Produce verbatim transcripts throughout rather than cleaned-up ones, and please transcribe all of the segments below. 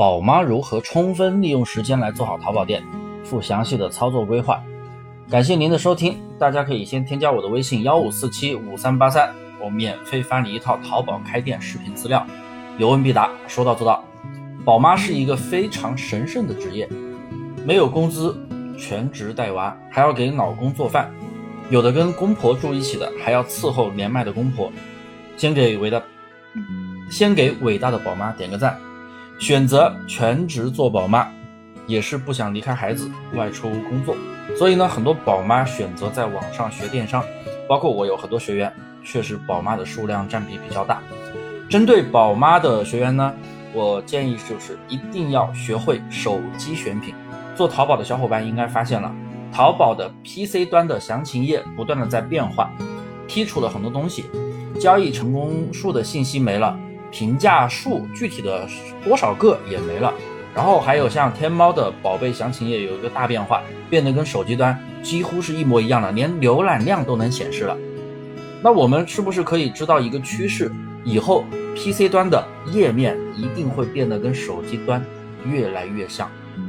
宝妈如何充分利用时间来做好淘宝店，附详细的操作规划。感谢您的收听，大家可以先添加我的微信一五四七五三八三，我免费发你一套淘宝开店视频资料，有问必答，说到做到。宝妈是一个非常神圣的职业，没有工资，全职带娃，还要给老公做饭，有的跟公婆住一起的，还要伺候年迈的公婆。先给伟大先给伟大的宝妈点个赞。选择全职做宝妈也是不想离开孩子外出工作，所以呢，很多宝妈选择在网上学电商，包括我有很多学员，确实宝妈的数量占比比较大。针对宝妈的学员呢，我建议就是一定要学会手机选品。做淘宝的小伙伴应该发现了，淘宝的 P C 端的详情页不断的在变化，剔除了很多东西，交易成功数的信息没了，评价数具体的多少个也没了，然后还有像天猫的宝贝详情页有一个大变化，变得跟手机端几乎是一模一样的，连浏览量都能显示了。那我们是不是可以知道一个趋势，以后 P C 端的页面一定会变得跟手机端越来越像。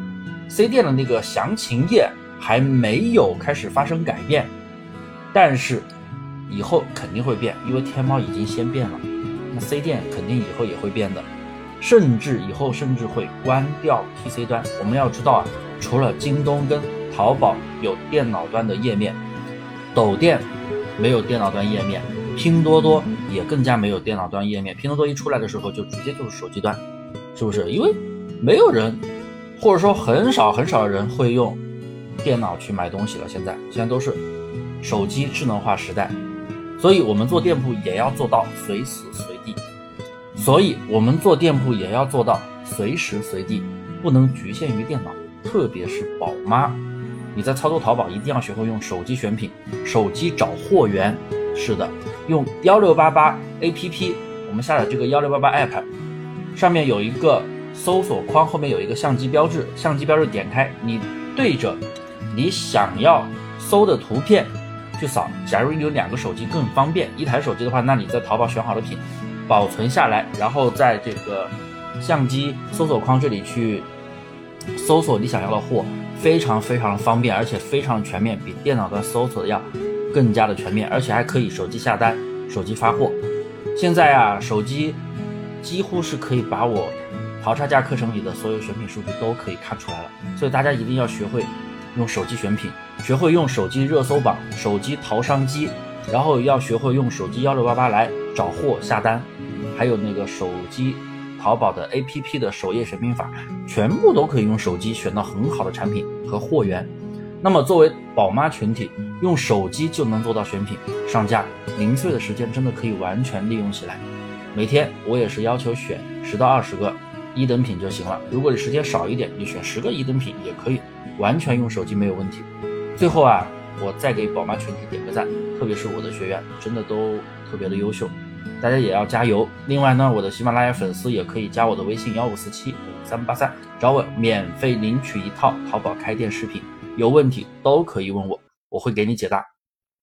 C 店的那个详情页还没有开始发生改变，但是以后肯定会变，因为天猫已经先变了，那 C 店肯定以后也会变的，甚至以后甚至会关掉 P C 端。我们要知道啊，除了京东跟淘宝有电脑端的页面，抖店没有电脑端页面，拼多多也更加没有电脑端页面。拼多多一出来的时候就直接就是手机端，是不是？因为没有人，或者说很少很少的人会用电脑去买东西了，现在现在都是手机智能化时代。所以我们做店铺也要做到随时随地，所以我们做店铺也要做到随时随地，不能局限于电脑。特别是宝妈，你在操作淘宝一定要学会用手机选品，手机找货源。是的，用一六八八 A P P， 我们下载这个一六八八 App， 上面有一个搜索框，后面有一个相机标志，相机标志点开，你对着你想要搜的图片去扫。假如你有两个手机更方便，一台手机的话，那你在淘宝选好的品保存下来，然后在这个相机搜索框这里去搜索你想要的货，非常非常方便，而且非常全面，比电脑端搜索的要更加的全面，而且还可以手机下单，手机发货。现在啊，手机几乎是可以把我淘差价课程里的所有选品数据都可以看出来了，所以大家一定要学会用手机选品，学会用手机热搜榜、手机淘商机，然后要学会用手机一六八八来找货下单，还有那个手机淘宝的 A P P 的首页选品法，全部都可以用手机选到很好的产品和货源。那么作为宝妈群体，用手机就能做到选品上架，零碎的时间真的可以完全利用起来。每天我也是要求选十到二十个一等品就行了，如果你时间少一点，你选十个一等品也可以，完全用手机没有问题。最后啊，我再给宝妈群体点个赞，特别是我的学员真的都特别的优秀，大家也要加油。另外呢，我的喜马拉雅粉丝也可以加我的微信一五四七五三八三，找我免费领取一套淘宝开店视频，有问题都可以问我，我会给你解答。